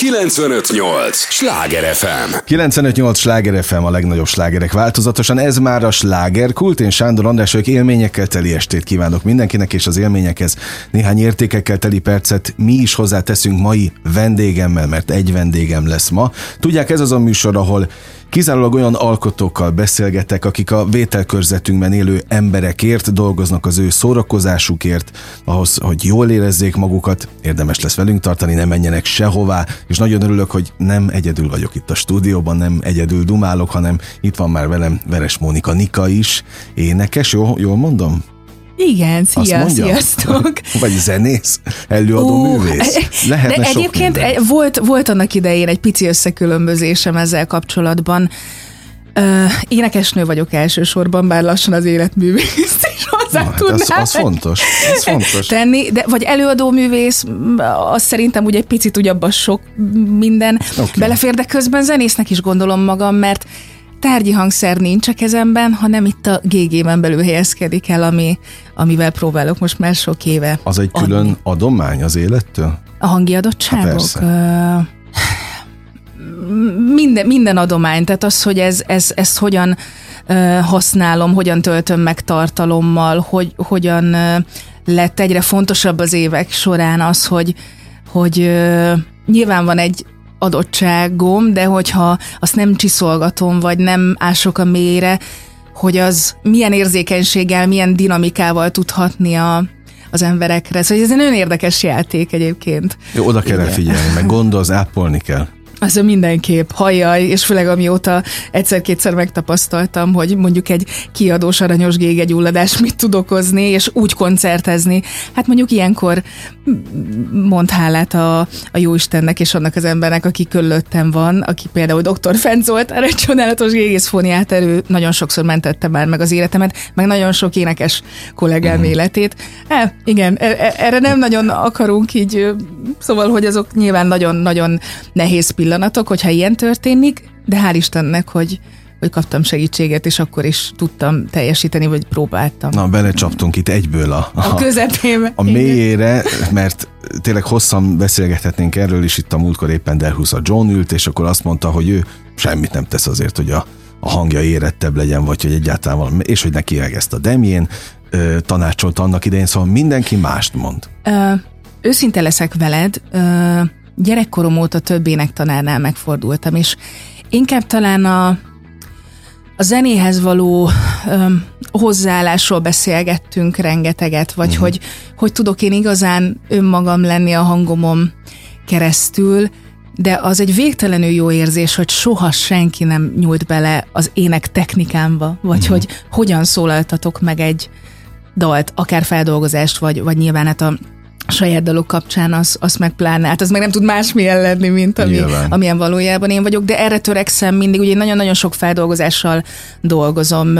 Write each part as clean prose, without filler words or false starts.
95.8 Sláger FM. 95.8 Sláger FM, a legnagyobb slágerek változatosan. Ez már a Slágerkult. Én Sándor András vagyok, élményekkel teli estét kívánok mindenkinek, és az élményekhez néhány értékekkel teli percet mi is hozzáteszünk mai vendégemmel, mert egy vendégem lesz ma. Tudják, ez az a műsor, ahol kizárólag olyan alkotókkal beszélgetek, akik a vételkörzetünkben élő emberekért dolgoznak, az ő szórakozásukért, ahhoz, hogy jól érezzék magukat. Érdemes lesz velünk tartani, ne menjenek sehová, és nagyon örülök, hogy nem egyedül vagyok itt a stúdióban, nem egyedül dumálok, hanem itt van már velem Veres Mónika Nika is, énekes, jól mondom? Igen, sziasztok! Vagy zenész, előadó művész. Lehetne de sok egyébként minden. volt annak idején egy pici összekülönbözésem ezzel kapcsolatban. Énekesnő vagyok elsősorban, bár lassan az életművész is hozzá tudnám. Az fontos. Ez fontos. Tenni, de vagy előadóművész, az szerintem ugye egy picit úgy abban sok minden belefér, de közben zenésznek is gondolom magam, mert tárgyi hangszer nincs a kezemben, hanem itt a GG-ben belül helyezkedik el, amivel próbálok most már sok éve. Az egy külön adomány az élettől? A hangi adottságok? Minden adomány, tehát az, hogy ezt hogyan használom, hogyan töltöm meg tartalommal, hogyan lett egyre fontosabb az évek során az, hogy nyilván van egy adottságom, de hogyha azt nem csiszolgatom, vagy nem ások a mélyre, hogy az milyen érzékenységgel, milyen dinamikával tud hatni az emberekre. Szóval ez egy nagyon érdekes játék egyébként. Jó, oda kell figyelni, meg gondolsz, ápolni kell. Az mindenképp, hajjaj, és főleg amióta egyszer-kétszer megtapasztaltam, hogy mondjuk egy kiadós aranyos gégegyulladás mit tud okozni, és úgy koncertezni. Hát mondjuk ilyenkor mond hálát a jóistennek és annak az embernek, aki körülöttem van, aki például Dr. Fent Zoltán, egy csodálatos gégészfóniát nagyon sokszor mentette már meg az életemet, meg nagyon sok énekes kollégám életét. Igen, erre nem nagyon akarunk így, szóval, hogy azok nyilván nagyon-nagyon nehéz pillanatok, hogyha ilyen történik, de hál' Istennek, hogy kaptam segítséget, és akkor is tudtam teljesíteni, vagy próbáltam. Na, belecsaptunk itt egyből a közepébe. A mélyére, mert tényleg hosszan beszélgethetnénk erről is, itt a múltkor éppen Delhusz a John ült, és akkor azt mondta, hogy ő semmit nem tesz azért, hogy a hangja érettebb legyen, vagy hogy egyáltalán valami, és hogy neki meg ezt a Damien tanácsolta annak idején, szóval mindenki mást mond. Őszinte leszek veled, gyerekkorom óta több énektanárnál megfordultam, és inkább talán a zenéhez való hozzáállásról beszélgettünk rengeteget, vagy hogy tudok én igazán önmagam lenni a hangomon keresztül, de az egy végtelenül jó érzés, hogy soha senki nem nyújt bele az ének technikámba, vagy hogy hogyan szólaltatok meg egy dalt, akár feldolgozást, vagy nyilván hát a saját dalok kapcsán az meg pláne, hát az meg nem tud másmilyen lenni, mint amilyen valójában én vagyok, de erre törekszem mindig, ugye én nagyon-nagyon sok feldolgozással dolgozom,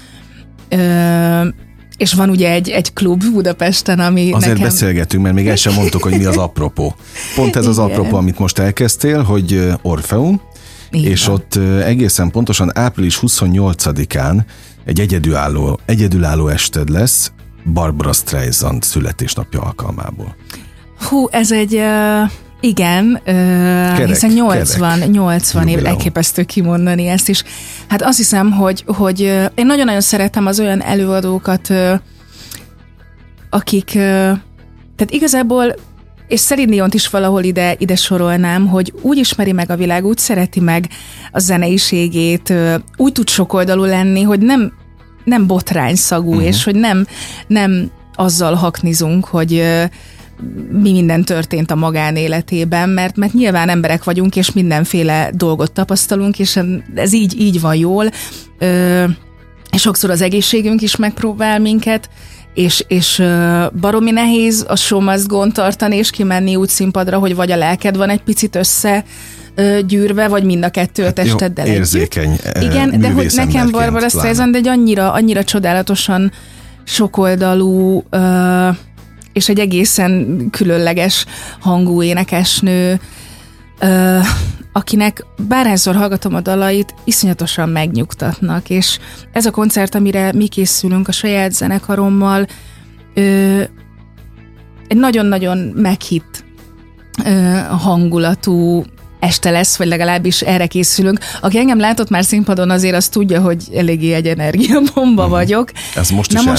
és van ugye egy klub Budapesten, ami azért nekem... beszélgetünk, mert még el sem mondtuk, hogy mi az apropó. Pont ez az apropó, amit most elkezdtél, hogy Orfeum, és ott egészen pontosan április 28-án egy egyedülálló ested lesz, Barbra Streisand születésnapja alkalmából. Hú, ez egy... Igen, hiszen 80 év, elképesztő kimondani ezt is. Hát azt hiszem, hogy én nagyon-nagyon szeretem az olyan előadókat, akik, tehát igazából, és Celine Diont is valahol ide sorolnám, hogy úgy ismeri meg a világ, úgy szereti meg a zeneiségét, úgy tud sokoldalú lenni, hogy nem botrányszagú, és hogy nem azzal haknizunk, hogy mi minden történt a magánéletében, mert nyilván emberek vagyunk, és mindenféle dolgot tapasztalunk, és ez így van jól, és sokszor az egészségünk is megpróbál minket, és baromi nehéz a show must go-n tartani, és kimenni úgy színpadra, hogy vagy a lelked van egy picit gyűrve, vagy mind a kettő a testeddel együtt. Érzékeny. Igen, de hogy nekem Barbra Streisand egy annyira csodálatosan sokoldalú, és egy egészen különleges hangú énekesnő, akinek bárhányszor hallgatom a dalait, iszonyatosan megnyugtatnak, és ez a koncert, amire mi készülünk a saját zenekarommal, egy nagyon-nagyon meghitt hangulatú este lesz, vagy legalábbis erre készülünk. Aki engem látott már színpadon, azért azt tudja, hogy eléggé egy energiabomba vagyok. Ez most is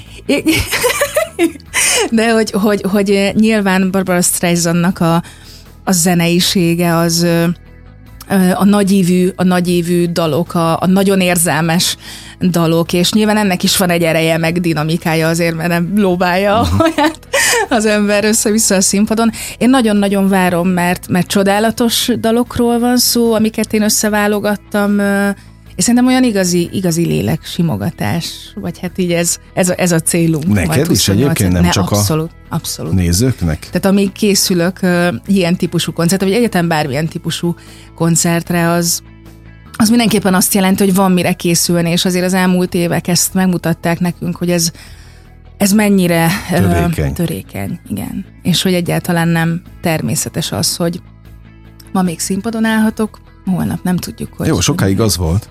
de hogy nyilván Barbara Streisandnak a zeneisége az a nagyívű dalok, a nagyon érzelmes dalok, és nyilván ennek is van egy ereje, meg dinamikája azért, mert nem lóbálja a haját az ember össze-vissza a színpadon. Én nagyon-nagyon várom, mert csodálatos dalokról van szó, amiket én összeválogattam, és szerintem olyan igazi lélek simogatás, vagy hát így ez a célunk. Neked is egyébként nem csak abszolút. Nézőknek? Tehát amíg készülök ilyen típusú koncertre, vagy egyetem bármilyen típusú koncertre, az mindenképpen azt jelenti, hogy van mire készülni, és azért az elmúlt évek ezt megmutatták nekünk, hogy ez mennyire törékeny. Igen. És hogy egyáltalán nem természetes az, hogy ma még színpadon állhatok, holnap nem tudjuk, hogy... Jó, sokáig az volt.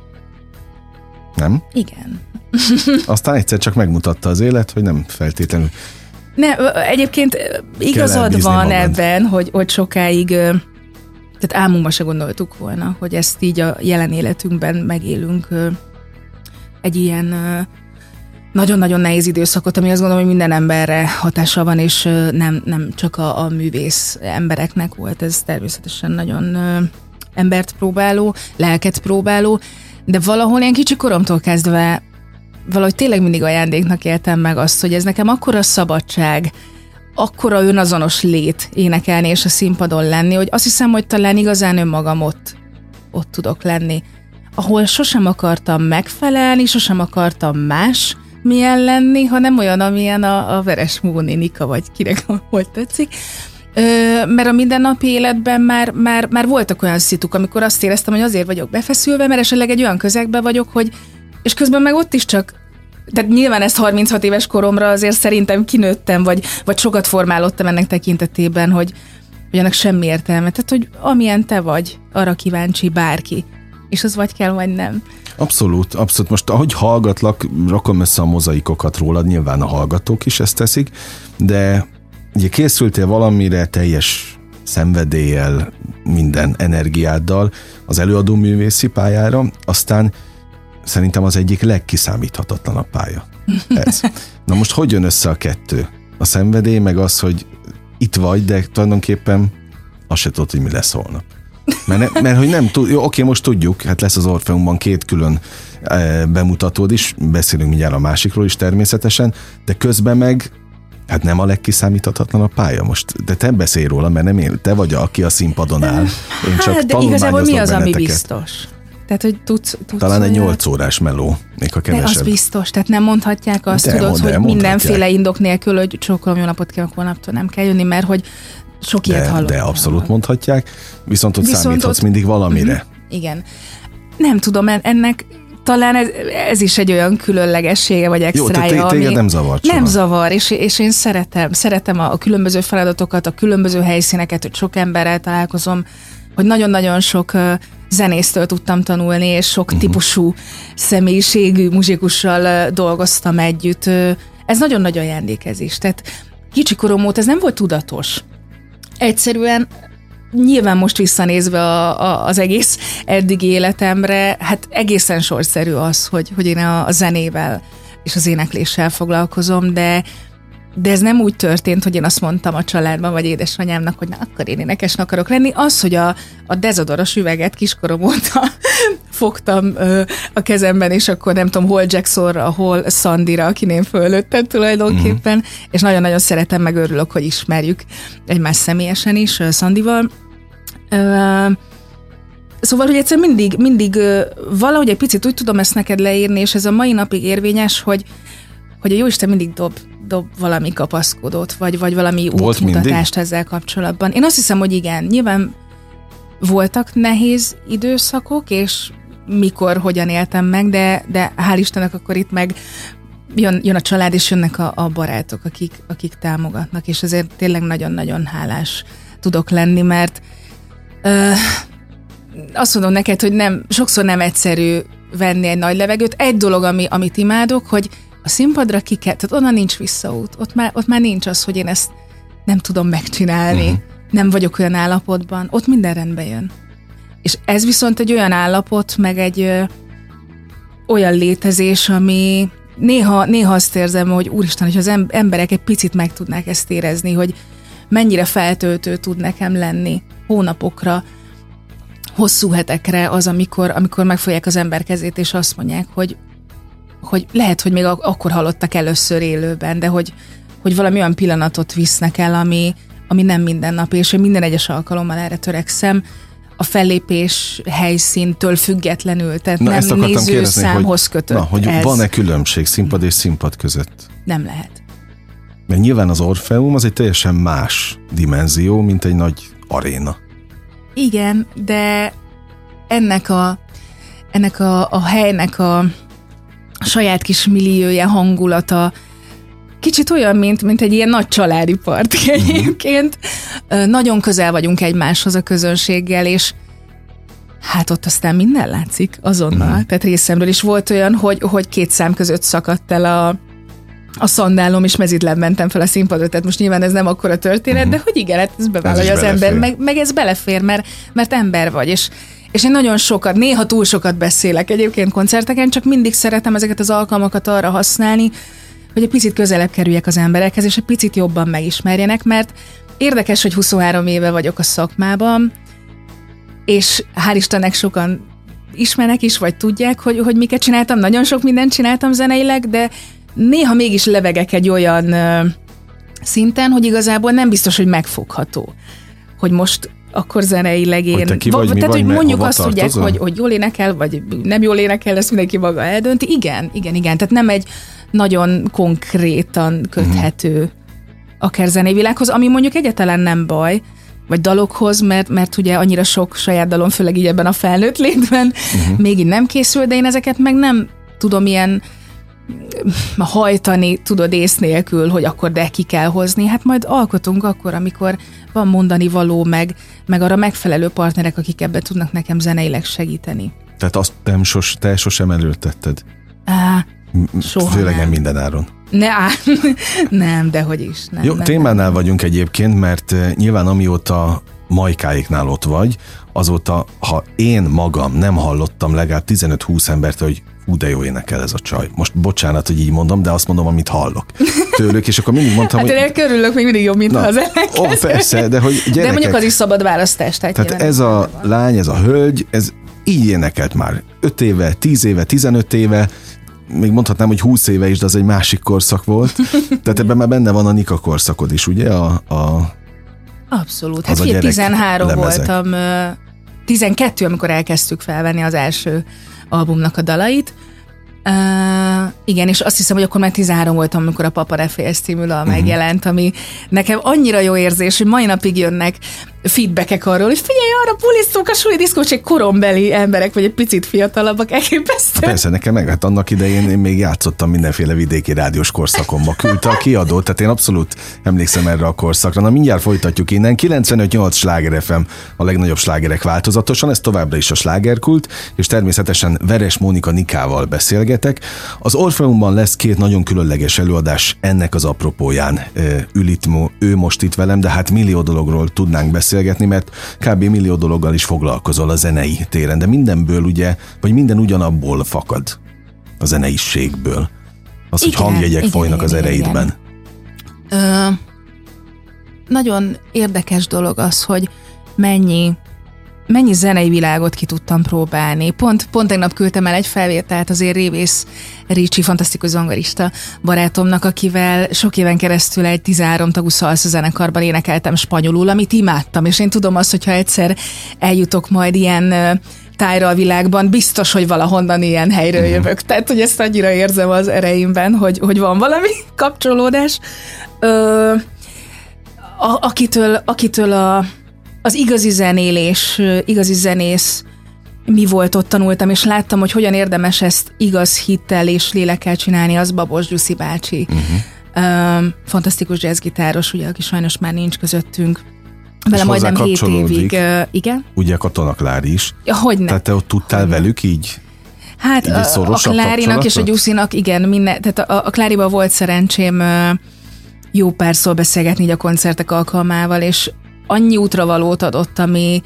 Nem? Igen. Aztán egyszer csak megmutatta az élet, hogy nem feltétlenül. Egyébként igazad van ebben, hogy sokáig, tehát álmunkban se gondoltuk volna, hogy ezt így a jelen életünkben megélünk egy ilyen nagyon-nagyon nehéz időszakot, ami azt gondolom, hogy minden emberre hatása van, és nem csak a művész embereknek volt, ez természetesen nagyon embert próbáló, lelket próbáló, de valahol ilyen kicsi koromtól kezdve valahogy tényleg mindig ajándéknak éltem meg azt, hogy ez nekem akkora szabadság, akkora önazonos lét énekelni és a színpadon lenni, hogy azt hiszem, hogy talán igazán önmagam ott tudok lenni. Ahol sosem akartam megfelelni, sosem akartam más milyen lenni, hanem olyan, amilyen a Veres Móni Nika, vagy kinek hol tetszik. Mert a mindennapi életben már voltak olyan szituk, amikor azt éreztem, hogy azért vagyok befeszülve, mert esetleg egy olyan közegben vagyok, hogy és közben meg ott is csak, tehát nyilván ezt 36 éves koromra azért szerintem kinőttem, vagy sokat formálódtam ennek tekintetében, hogy annak semmi értelme. Tehát, hogy amilyen te vagy, arra kíváncsi bárki. És az vagy kell, vagy nem. Abszolút. Most ahogy hallgatlak, rakom össze a mozaikokat rólad, nyilván a hallgatók is ezt teszik, de ugye készültél valamire teljes szenvedéllyel, minden energiáddal az előadó művészi pályára, aztán szerintem az egyik legkiszámíthatatlanabb pálya. Ez. Na most hogy jön össze a kettő? A szenvedély, meg az, hogy itt vagy, de tulajdonképpen azt se tudod, hogy mi lesz holnap. Mert hogy nem tud, jó, oké, most tudjuk, hát lesz az Orfeumban 2 külön bemutatód is, beszélünk mindjárt a másikról is természetesen, de közben meg hát nem a legkiszámíthatatlanabb pálya most, de te beszélj róla, mert nem én, te vagy, aki a színpadon áll. Én csak de igazából mi az, ami biztos? Tehát, hogy tudsz talán egy 8 órás meló, még ha kevesebb. De az biztos, tehát nem mondhatják azt, tudod, hogy mindenféle indok nélkül, hogy csókolom, jó napot kívánok, holnaptól nem kell jönni, mert hogy sok ilyet hallottam. De abszolút mondhatják, viszont ott számíthatsz mindig valamire. Igen. Nem tudom, ennek talán ez is egy olyan különlegessége, vagy extrája, jó, téged nem zavar. Nem zavar, és én szeretem a különböző feladatokat, a különböző helyszíneket, hogy sok emberrel találkozom, hogy nagyon-nagyon sok zenésztől tudtam tanulni, és sok típusú személyiségű muzsikussal dolgoztam együtt. Ez nagyon nagy ajándékezés. Tehát kicsi korom óta ez nem volt tudatos. Egyszerűen nyilván most visszanézve az egész eddigi életemre, hát egészen sorszerű az, hogy én a zenével és az énekléssel foglalkozom, de ez nem úgy történt, hogy én azt mondtam a családban, vagy édesanyámnak, hogy na, akkor én énekesnek akarok lenni. Az, hogy a dezodoros üveget kiskorom óta fogtam a kezemben, és akkor nem tudom, hol Jacksonra, hol Sandira, akin én fölöttem tulajdonképpen, és nagyon-nagyon szeretem, meg örülök, hogy ismerjük egymás személyesen is Sandival. Szóval, hogy egyszer mindig valahogy egy picit úgy tudom ezt neked leírni, és ez a mai napig érvényes, hogy a Jóisten mindig dob valami kapaszkodót, vagy valami útmutatást ezzel kapcsolatban. Én azt hiszem, hogy igen, nyilván voltak nehéz időszakok, és mikor, hogyan éltem meg, de hál' Istennek akkor itt meg jön a család, és jönnek a barátok, akik támogatnak, és ezért tényleg nagyon-nagyon hálás tudok lenni, mert azt mondom neked, hogy sokszor nem egyszerű venni egy nagy levegőt. Egy dolog, amit imádok, hogy a színpadra tehát onnan nincs visszaút. Ott már nincs az, hogy én ezt nem tudom megcsinálni. nem vagyok olyan állapotban, ott minden rendbe jön. És ez viszont egy olyan állapot, meg egy olyan létezés, ami néha azt érzem, hogy úristen, hogy az emberek egy picit meg tudnák ezt érezni, hogy mennyire feltöltő tud nekem lenni hónapokra, hosszú hetekre az, amikor megfogják az ember kezét, és azt mondják, hogy lehet, hogy még akkor hallottak először élőben, de hogy valami olyan pillanatot visznek el, ami nem mindennapi, és én minden egyes alkalommal erre törekszem, a fellépés helyszíntől függetlenül, tehát nem nézőszámhoz kötött. Hogy van-e különbség színpad és színpad között? Nem lehet. Mert nyilván az Orfeum az egy teljesen más dimenzió, mint egy nagy aréna. Igen, de ennek a helynek a saját kis milliója, hangulata kicsit olyan, mint egy ilyen nagy családi parti egyébként. Nagyon közel vagyunk egymáshoz a közönséggel, és hát ott aztán minden látszik azonnal. Tehát részemről is volt olyan, hogy két szám között szakadt el a szandálom, és mezitláb mentem fel a színpadra, tehát most nyilván ez nem akkora történet, de hogy igen, hát ez bevállalja az ember, meg ez belefér, mert ember vagy, és én nagyon sokat, néha túl sokat beszélek egyébként koncerteken, csak mindig szeretem ezeket az alkalmakat arra használni, hogy egy picit közelebb kerüljek az emberekhez, és egy picit jobban megismerjenek, mert érdekes, hogy 23 éve vagyok a szakmában, és hál' Istennek sokan ismernek is, vagy tudják, hogy miket csináltam, nagyon sok mindent csináltam zeneileg, de néha mégis levegek egy olyan szinten, hogy igazából nem biztos, hogy megfogható, hogy most akkor zeneileg én... Tehát, hogy mondjuk azt tudják, hogy jól énekel, vagy nem jól énekel, ezt mindenki maga eldönti. Igen. Tehát nem egy nagyon konkrétan köthető akár zenei világhoz, ami mondjuk egyáltalán nem baj, vagy dalokhoz, mert ugye annyira sok saját dalom, főleg így ebben a felnőtt létben még így nem készül, de én ezeket meg nem tudom ilyen hajtani, tudod, ész nélkül, hogy akkor de ki kell hozni. Hát majd alkotunk akkor, amikor van mondani való, meg arra megfelelő partnerek, akik ebben tudnak nekem zeneileg segíteni. Tehát azt te sosem erőltetted? Soha főleg nem minden áron. Nem, dehogy is. Nem, jó, nem, témánál vagyunk egyébként, mert nyilván amióta Majkáéknál ott vagy, azóta, ha én magam nem hallottam legalább 15-20 embert, hogy hú, de jó énekel ez a csaj. Most bocsánat, hogy így mondom, de azt mondom, amit hallok tőlük, és akkor mindig mondtam, hogy... Hát én körülök még mindig jobb, mint ha az ellenkező. Persze, de hogy gyerekek... De mondjuk az is szabad választás. Tehát ez a lány, ez a hölgy, ez így énekelt már 5 éve, 10 éve, 15 éve, még mondhatnám, hogy 20 éve is, de az egy másik korszak volt. Tehát ebben már benne van a Nika korszakod is, ugye? Abszolút. Hát 13 voltam, 12, amikor elkezdtük felvenni az első albumnak a dalait. Igen, és azt hiszem, hogy akkor már 13 voltam, amikor a Papa Ne Félsz című dal megjelent, ami nekem annyira jó érzés, hogy mai napig jönnek feedbackek arról, hogy figyelj, arra pulisztunk a suli diszkós, egy korombeli emberek, vagy egy picit fiatalabbak, elképesztő. Persze, nekem meg, hát annak idején én még játszottam mindenféle vidéki rádiós korszakomba, küldte a kiadó, tehát én abszolút emlékszem erre a korszakra. Na, mindjárt folytatjuk innen. 95.8 Sláger FM, a legnagyobb slágerek változatosan, ez továbbra is a slágerkult, és természetesen Veres Mónika Nikával beszélgetek. Az Orfeumban lesz 2 nagyon különleges előadás ennek az apropóján. Ül itt ő most itt velem, de hát millió dologról tudnánk beszélgetni, mert kb. Millió dologgal is foglalkozol a zenei téren, de mindenből ugye, vagy minden ugyanabból fakad a zeneiségből. Az, hogy hangjegyek folynak az ereidben. Nagyon érdekes dolog az, hogy mennyi zenei világot ki tudtam próbálni. Pont tegnap küldtem el egy felvételt azért Révész Ricsi, fantasztikus zongorista barátomnak, akivel sok éven keresztül egy 13 tagú szalsza zenekarban énekeltem spanyolul, amit imádtam, és én tudom azt, hogyha egyszer eljutok majd ilyen tájra a világban, biztos, hogy valahonnan ilyen helyről jövök. Tehát, hogy ezt annyira érzem az ereimben, hogy van valami kapcsolódás. Akitől az igazi zenélés, igazi zenész mi volt, ott tanultam, és láttam, hogy hogyan érdemes ezt igaz hittel és lélekkel csinálni, az Babos Gyuszi bácsi. Fantasztikus jazzgitáros, ugye, aki sajnos már nincs közöttünk. Vele majdnem 7 évig. Igen? Ugye Katona Klári is. Ja, hogyne. Tehát te ott tudtál velük így? Hát a Klárinak és a Gyuszinak, igen, tehát a Kláriban volt szerencsém jó párszor beszélgetni így a koncertek alkalmával, és annyi útravalót adott,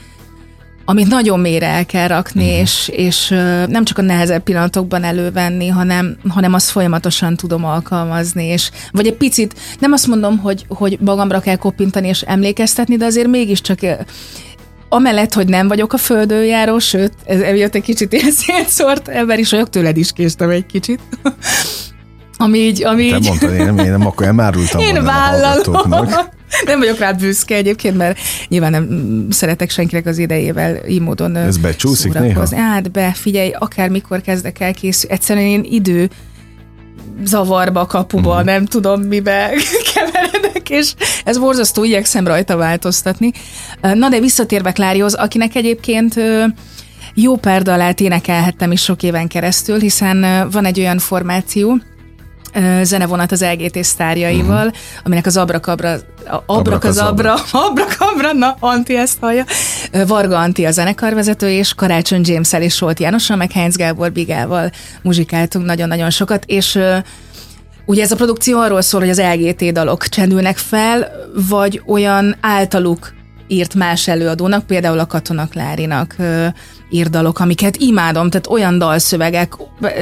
amit nagyon mélyre el kell rakni, és nem csak a nehezebb pillanatokban elővenni, hanem azt folyamatosan tudom alkalmazni, vagy egy picit, nem azt mondom, hogy magamra kell koppintani és emlékeztetni, de azért mégiscsak amellett, hogy nem vagyok a földön járó, sőt, ez emiatt egy kicsit ilyen szétszórt ember is vagyok, tőled is késtem egy kicsit. Ami így... Te mondtad, én nem akkor elmárultam volna a hallgatóknak. Nem vagyok rád büszke egyébként, mert nyilván nem szeretek senkinek az idejével így módon ez becsúszik néha? Hát figyelj, akármikor kezdek el készülni, egyszerűen én idő zavarba, kapuba, nem tudom mibe keveredek, és ez borzasztó, igyekszem rajta változtatni. Na de visszatérve Klárihoz, akinek egyébként jó pár dalát énekelhettem is sok éven keresztül, hiszen van egy olyan formáció, zenevonat az LGT sztárjaival, aminek az Abrakazabra, na, Anti ezt hallja, Varga Anti a zenekarvezető, és Karácsony James-el és Solt Jánossal, meg Heinz Gábor Bigával muzsikáltunk nagyon-nagyon sokat, és ugye ez a produkció arról szól, hogy az LGT dalok csendülnek fel, vagy olyan általuk írt más előadónak, például a Katona Klárinak írt dalok, amiket imádom, tehát olyan dalszövegek,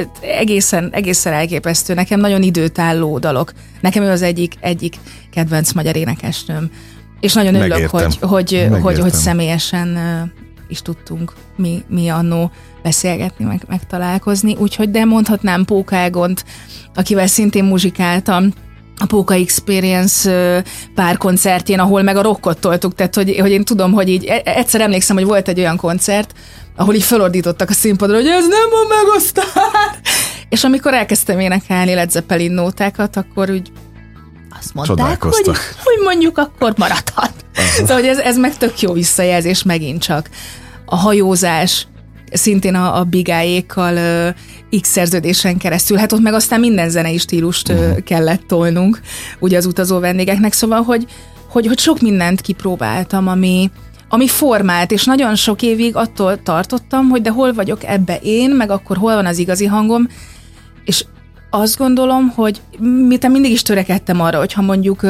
egészen elképesztő, nekem nagyon időtálló dalok. Nekem ő az egyik kedvenc magyar énekesnőm. És nagyon örülök, hogy személyesen is tudtunk mi annó beszélgetni, meg találkozni, úgyhogy de mondhatnám Póka Egont, akivel szintén muzsikáltam, a Póka Experience pár koncertjén, ahol meg a rockot toltuk, tehát hogy én tudom, hogy így egyszer emlékszem, hogy volt egy olyan koncert, ahol így felordítottak a színpadra, hogy ez nem a megosztár! És amikor elkezdtem énekelni Led Zeppelin nótákat, akkor úgy azt mondták, hogy mondjuk akkor maradhat. Szóval, hogy ez meg tök jó visszajelzés megint csak. A hajózás, szintén a Bigáékkal X szerződésen keresztül, hát ott meg aztán minden zenei stílust kellett tolnunk, ugye az utazó vendégeknek, szóval, hogy sok mindent kipróbáltam, ami formált, és nagyon sok évig attól tartottam, hogy de hol vagyok ebbe én, meg akkor hol van az igazi hangom, és azt gondolom, hogy mindig is törekedtem arra, hogyha mondjuk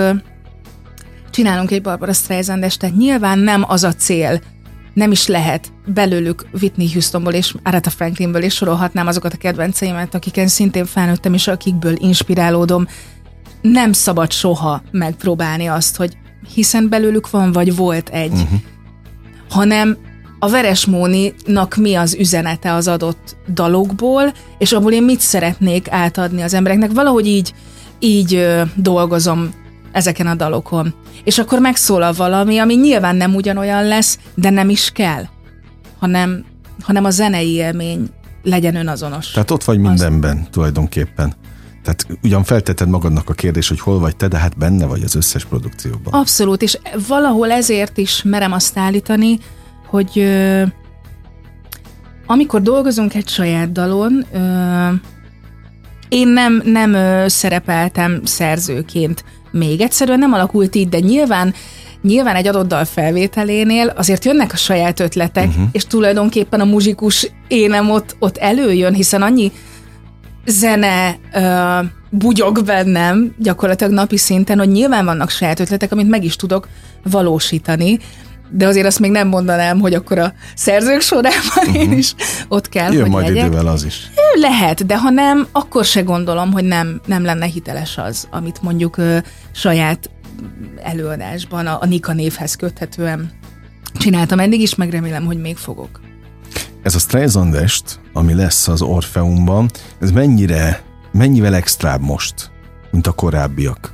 csinálunk egy Barbara Streisand estet, nyilván nem az a cél, nem is lehet belőlük Whitney Houstonból és Aretha Franklinből, és sorolhatnám azokat a kedvenceimet, akiken szintén felnőttem, és akikből inspirálódom. Nem szabad soha megpróbálni azt, hogy hiszen belőlük van, vagy volt egy, hanem a Veres Móninak mi az üzenete az adott dalokból, és abból én mit szeretnék átadni az embereknek. Valahogy így dolgozom ezeken a dalokon. És akkor megszólal valami, ami nyilván nem ugyanolyan lesz, de nem is kell, hanem a zenei élmény legyen önazonos. Tehát ott vagy mindenben tulajdonképpen. Tehát ugyan feltetted magadnak a kérdés, hogy hol vagy te, de hát benne vagy az összes produkcióban. Abszolút, és valahol ezért is merem azt állítani, hogy amikor dolgozunk egy saját dalon, én nem szerepeltem szerzőként. Még egyszerűen nem alakult így, de nyilván egy adott dal felvételénél azért jönnek a saját ötletek, és tulajdonképpen a muzsikus énem ott előjön, hiszen annyi zene bugyog bennem gyakorlatilag napi szinten, hogy nyilván vannak saját ötletek, amit meg is tudok valósítani, de azért azt még nem mondanám, hogy akkor a szerzők sorában én is ott kell, jön hogy majd legyek. Idővel az is. Lehet, de ha nem, akkor se gondolom, hogy nem lenne hiteles az, amit mondjuk saját előadásban a Nika névhez köthetően csináltam eddig is, meg remélem, hogy még fogok. Ez a Streisand est, ami lesz az Orfeumban, ez mennyivel extrább most, mint a korábbiak?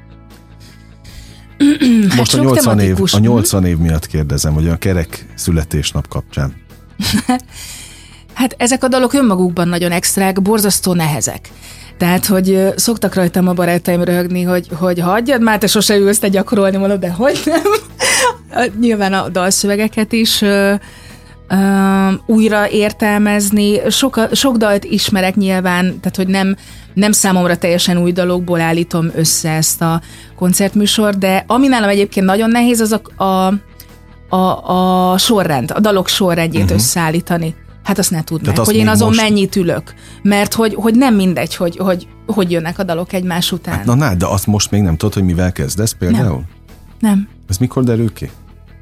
Most a 80 év miatt kérdezem, hogy a kerek születésnap kapcsán. Hát ezek a dalok önmagukban nagyon extrák, borzasztó nehezek. Tehát, hogy szoktak rajtam a barátaim röhögni, hogy hagyjad már, te sose ülsz te gyakorolni, mondod, de hogy nem. Nyilván a dalszövegeket is újra értelmezni. Sok dalt ismerek nyilván, tehát, hogy nem számomra teljesen új dalokból állítom össze ezt a koncertműsor, de ami nálam egyébként nagyon nehéz, az a sorrend, a dalok sorrendjét összeállítani. Hát azt ne tudnák, hogy én azon mennyit ülök. Mert hogy nem mindegy, hogy jönnek a dalok egymás után. Hát, de azt most még nem tudod, hogy mivel kezdesz például? Nem. Ez mikor derül ki?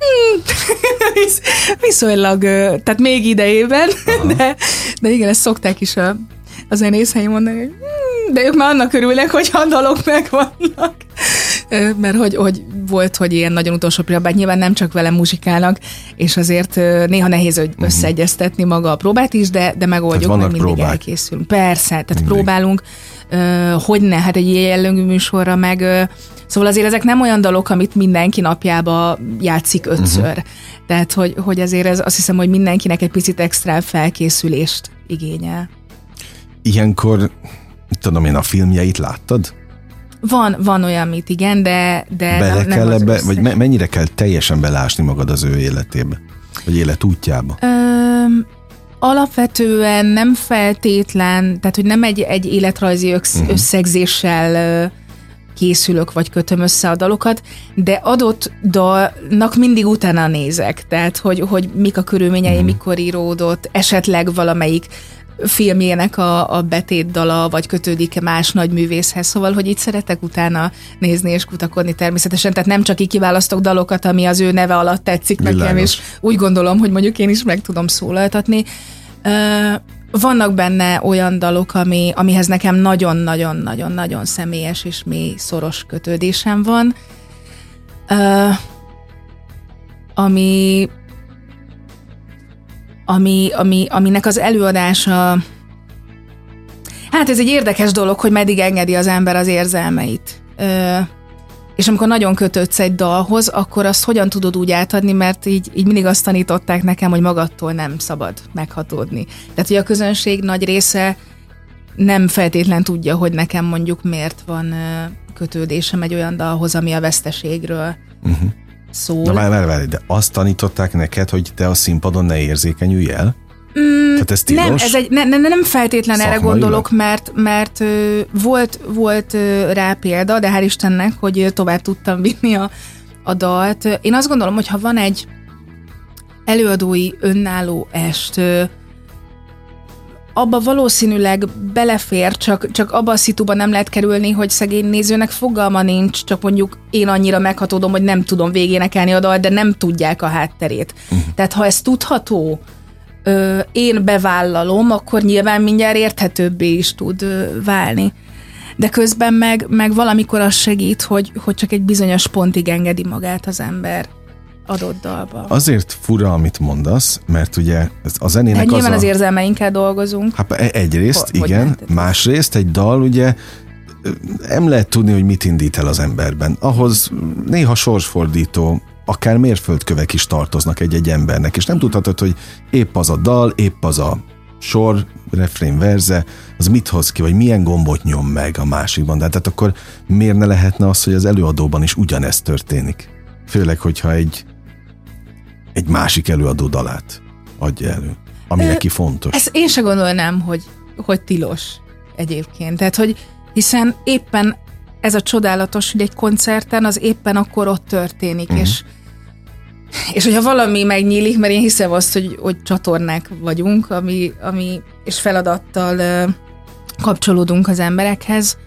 viszonylag, tehát még idejében, de igen, ezt szokták is a zenészei mondani, hogy de ők már annak örülnek, hogy a dalok megvannak. Mert hogy volt, hogy ilyen nagyon utolsó pillanatban, nyilván nem csak velem muzsikálnak, és azért néha nehéz összeegyeztetni maga a próbát is, de megoldjuk, meg mindig elkészülünk. Persze, tehát mindig próbálunk, hogyne, hát egy ilyen jellegű műsorra meg... Szóval azért ezek nem olyan dalok, amit mindenki napjába játszik 5-ször. Tehát, hogy azért ez, azt hiszem, hogy mindenkinek egy picit extra felkészülést igényel. Ilyenkor, tudom én, a filmjeit láttad? Van olyan, amit igen, de bele nem kell ebbe, vagy mennyire kell teljesen belásni magad az ő életébe? Vagy életútjába? Alapvetően nem feltétlen, tehát hogy nem egy életrajzi összegzéssel készülök, vagy kötöm össze a dalokat, de adott dalnak mindig utána nézek. Tehát, hogy mik a körülményei, mikor íródott, esetleg valamelyik filmjének a betétdala, vagy kötődik-e más nagy művészhez, szóval, hogy itt szeretek utána nézni és kutakodni természetesen, tehát nem csak így kiválasztok dalokat, ami az ő neve alatt tetszik nekem, és úgy gondolom, hogy mondjuk én is meg tudom szólaltatni. Vannak benne olyan dalok, amihez nekem nagyon-nagyon-nagyon-nagyon személyes és mély, szoros kötődésem van, aminek az előadása, hát ez egy érdekes dolog, hogy meddig engedi az ember az érzelmeit. És amikor nagyon kötődsz egy dalhoz, akkor azt hogyan tudod úgy átadni, mert így mindig azt tanították nekem, hogy magadtól nem szabad meghatódni. Tehát, hogy a közönség nagy része nem feltétlen tudja, hogy nekem mondjuk miért van kötődésem egy olyan dalhoz, ami a veszteségről szól. Na várj, de azt tanították neked, hogy te a színpadon ne érzékenyülj el? Tehát ez tilos? Nem feltétlen erre gondolok, mert volt rá példa, de hál' Istennek, hogy tovább tudtam vinni a dalt. Én azt gondolom, hogy ha van egy előadói önálló est, abba valószínűleg belefér, csak abba a szituban nem lehet kerülni, hogy szegény nézőnek fogalma nincs, csak mondjuk én annyira meghatódom, hogy nem tudom végénekelni a dalt, de nem tudják a hátterét. Tehát ha ez tudható, én bevállalom, akkor nyilván mindjárt érthetőbbé is tud válni. De közben meg valamikor az segít, hogy csak egy bizonyos pontig engedi magát az ember adott dalba. Azért fura, amit mondasz, mert ugye a zenének hát nyilván az érzelmeinkkel dolgozunk. Hát egyrészt, igen, másrészt egy dal ugye nem lehet tudni, hogy mit indít el az emberben. Ahhoz néha sorsfordító, akár mérföldkövek is tartoznak egy embernek, és nem tudhatod, hogy épp az a dal, épp az a sor, refrén, verze, az mit hoz ki, vagy milyen gombot nyom meg a másikban. De tehát akkor miért ne lehetne az, hogy az előadóban is ugyanezt történik? Főleg, hogyha egy másik előadó dalát adja elő, ami neki fontos. Ezt én se gondolnám, hogy tilos egyébként. Tehát, hogy hiszen éppen ez a csodálatos, hogy egy koncerten az éppen akkor ott történik, és hogyha valami megnyílik, mert én hiszem azt, hogy csatornák vagyunk, ami és feladattal kapcsolódunk az emberekhez.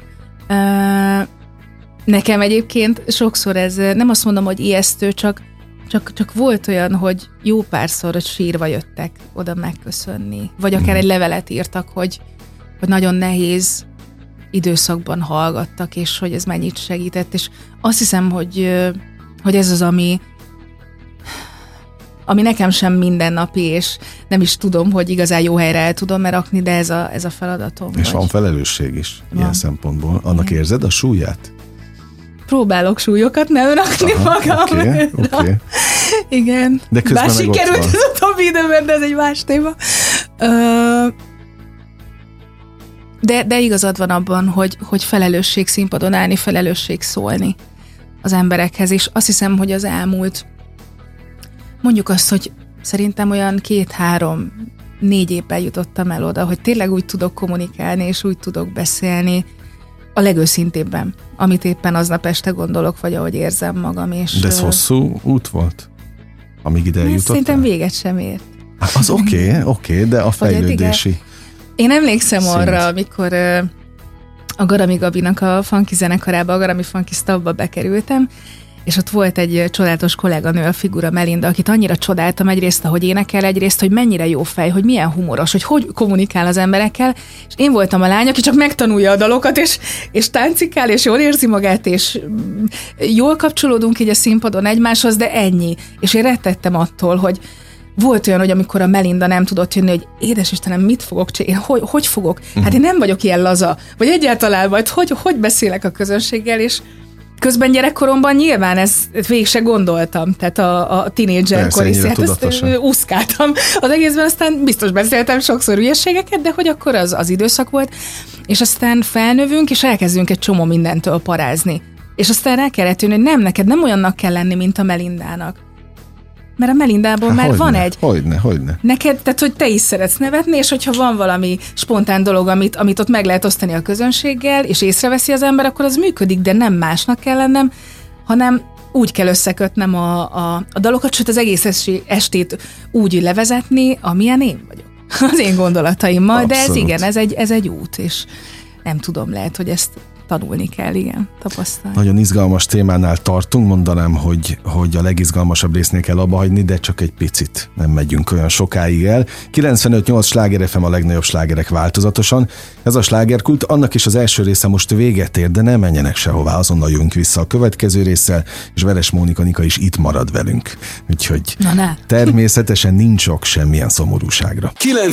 Nekem egyébként sokszor ez, nem azt mondom, hogy ijesztő, csak volt olyan, hogy jó párszor, hogy sírva jöttek oda megköszönni. Vagy akár egy levelet írtak, hogy nagyon nehéz időszakban hallgattak, és hogy ez mennyit segített, és azt hiszem, hogy ez az, ami nekem sem mindennapi, és nem is tudom, hogy igazán jó helyre el tudom rakni, de ez a feladatom. És van felelősség is ilyen szempontból. Annak érzed a súlyát? Próbálok súlyokat nem rakni magam. Oké. Igen. De közben bár sikerült az utóbbi időben, de ez egy más téma. De igazad van abban, hogy felelősség színpadon állni, felelősség szólni az emberekhez, és azt hiszem, hogy az elmúlt, mondjuk azt, hogy szerintem olyan 2-3-4 évben jutottam el oda, hogy tényleg úgy tudok kommunikálni, és úgy tudok beszélni a legőszintébben, amit éppen aznap este gondolok, vagy ahogy érzem magam. És de ez hosszú út volt, amíg ide jutottál? Szerintem véget sem ért. Az oké, de a fejlődési... Én emlékszem arra, amikor a Garami Gabinak a funky zenekarába, a Garami Funky Stabba bekerültem, és ott volt egy csodálatos kolléganő, a figura Melinda, akit annyira csodáltam egyrészt, ahogy énekel, egyrészt, hogy mennyire jó fej, hogy milyen humoros, hogy kommunikál az emberekkel, és én voltam a lány, aki csak megtanulja a dalokat, és táncikál, és jól érzi magát, és jól kapcsolódunk így a színpadon egymáshoz, de ennyi. És én rettettem attól, hogy volt olyan, hogy amikor a Melinda nem tudott jönni, hogy édes Istenem, mit fogok csinálni, hogy fogok? Hát én nem vagyok ilyen laza, vagy egyáltalán, vagy hogy beszélek a közönséggel, és közben gyerekkoromban nyilván ezt végig se gondoltam, tehát a tínédzserkori ezt úszkáltam az egészben, aztán biztos beszéltem sokszor ügyességeket, de hogy akkor az időszak volt, és aztán felnövünk, és elkezdünk egy csomó mindentől parázni. És aztán rá kellett jönni, hogy nem, neked nem olyannak kell lenni, mint a Melindának. Mert a Melindából már van egy... Hogyne. Neked, tehát hogy te is szeretsz nevetni, és hogyha van valami spontán dolog, amit ott meg lehet osztani a közönséggel, és észreveszi az ember, akkor az működik, de nem másnak kell lennem, hanem úgy kell összekötnem a dalokat, sőt az egész estét úgy levezetni, amilyen én vagyok. Az én gondolataimmal, Abszolút. De ez igen, ez egy út, és nem tudom, lehet, hogy ezt tanulni kell, igen, tapasztalni. Nagyon izgalmas témánál tartunk, mondanám, hogy a legizgalmasabb résznél kell abba hagyni, de csak egy picit, nem megyünk olyan sokáig el. 95.8 Sláger FM, a legnagyobb slágerek változatosan. Ez a slágerkult, annak is az első része most véget ér, de nem menjenek sehová, azonnal jövünk vissza a következő résszel, és Veres Mónika is itt marad velünk. Úgyhogy természetesen nincs ok semmilyen szomorúságra.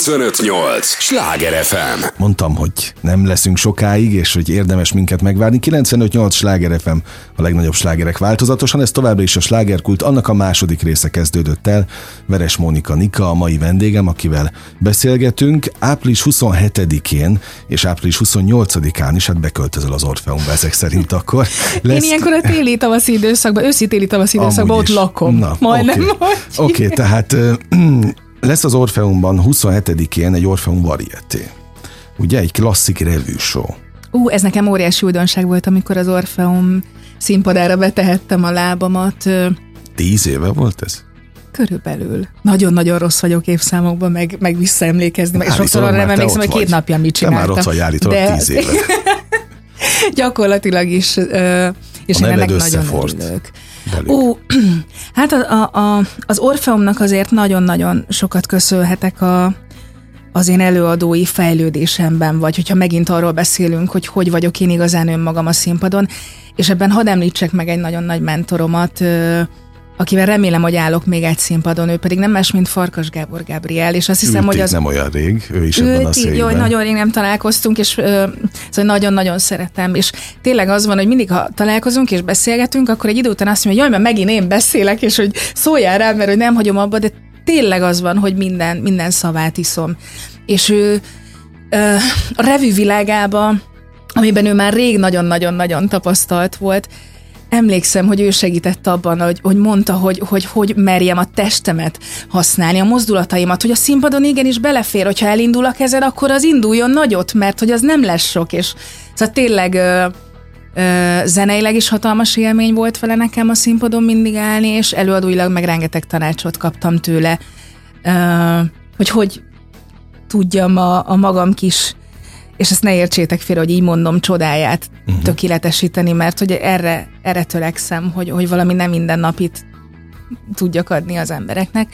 95.8 Sláger FM. Mondtam, hogy nem leszünk sokáig, és hogy érdemes minket megvárni. 95.8 Sláger FM, a legnagyobb slágerek változatosan, ez továbbra is a slágerkult, annak a második része kezdődött el. Veres Mónika a mai vendégem, akivel beszélgetünk. Április 27-én és április 28-án is, hát beköltözöl az Orfeumba ezek szerint akkor. Én ilyenkor a téli-tavaszi időszakban, őszi-téli-tavaszi időszakban ott lakom. Na, majdnem. Oké, tehát lesz az Orfeumban 27-én egy Orfeum Varieté. Ugye, egy klasszik revue show. Ez nekem óriási újdonság volt, amikor az Orfeum színpadára betehettem a lábamat. 10 éve volt ez? Körülbelül. Nagyon-nagyon rossz vagyok évszámokban, meg visszaemlékezni. És sokszor arra nem emlékszem, hogy 2 napja mit csináltam. Te már ott vagy állítólag 10 éve. Gyakorlatilag is. És a én ennek nagyon örülök. Hát az Orfeumnak azért nagyon-nagyon sokat köszönhetek az én előadói fejlődésemben, vagy hogyha megint arról beszélünk, hogy vagyok én igazán önmagam a színpadon, és ebben hadd említsek meg egy nagyon nagy mentoromat, akivel remélem, hogy állok még egy színpadon, ő pedig nem más, mint Farkas Gábor Gabriel, és azt hiszem, hogy az... nem olyan rég, ő is ebben a székben. Jó, nagyon rég nem találkoztunk, és szóval nagyon-nagyon szeretem, és tényleg az van, hogy mindig, ha találkozunk és beszélgetünk, akkor egy idő után azt mondja, hogy jaj, mert megint én beszélek, és hogy szóljál rá, mert hogy nem hagyom abba, de tényleg az van, hogy minden szavát iszom. És ő a revű világában, amiben ő már rég nagyon-nagyon-nagyon tapasztalt volt, emlékszem, hogy ő segített abban, hogy mondta, hogy merjem a testemet használni, a mozdulataimat, hogy a színpadon igenis belefér, hogyha elindul a kezed, akkor az induljon nagyot, mert hogy az nem lesz sok, és szóval tényleg zeneileg is hatalmas élmény volt vele nekem a színpadon mindig állni, és előadóilag meg rengeteg tanácsot kaptam tőle, hogy tudjam a magam kis, és ezt ne értsétek félre, hogy így mondom, csodáját tökéletesíteni, mert hogy erre törekszem, hogy valami nem mindennapit tudjak adni az embereknek.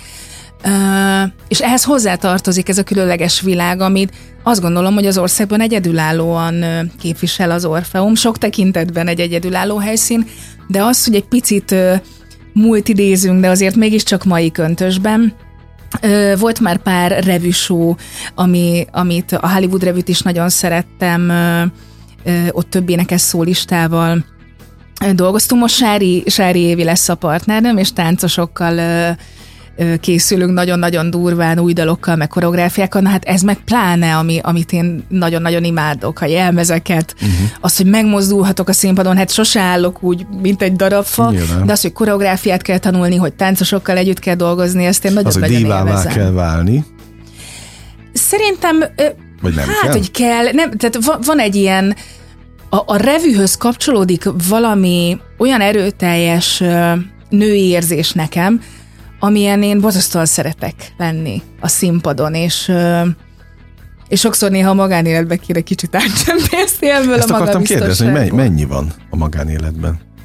És ehhez hozzátartozik ez a különleges világ, amit azt gondolom, hogy az országban egyedülállóan képvisel az Orfeum, sok tekintetben egy egyedülálló helyszín, de az, hogy egy picit múlt idézünk, de azért mégiscsak mai köntösben. Volt már pár revue show, amit a Hollywood revűt is nagyon szerettem, ott több énekes szólistával dolgoztunk. Most Sári Évi lesz a partnerem, és táncosokkal készülünk nagyon-nagyon durván, új dalokkal, meg koreográfiákkal. Na hát ez meg pláne, amit én nagyon-nagyon imádok, a jelmezeket, az, hogy megmozdulhatok a színpadon, hát sose állok úgy, mint egy darab fa, nyilván. De az, hogy koreográfiát kell tanulni, hogy táncosokkal együtt kell dolgozni, ezt én nagyon-nagyon élvezem. Az, hogy dívává kell válni? Szerintem, vagy nem kell? Hogy kell. Nem, tehát van egy ilyen, a revűhöz kapcsolódik valami olyan erőteljes női érzés nekem, amilyen én borzasztóan szeretek lenni a színpadon, és sokszor néha a magánéletben kéne kicsit átcsempészni ebből a magabiztosságból. Ezt akartam kérdezni, hogy mennyi van a magánéletben?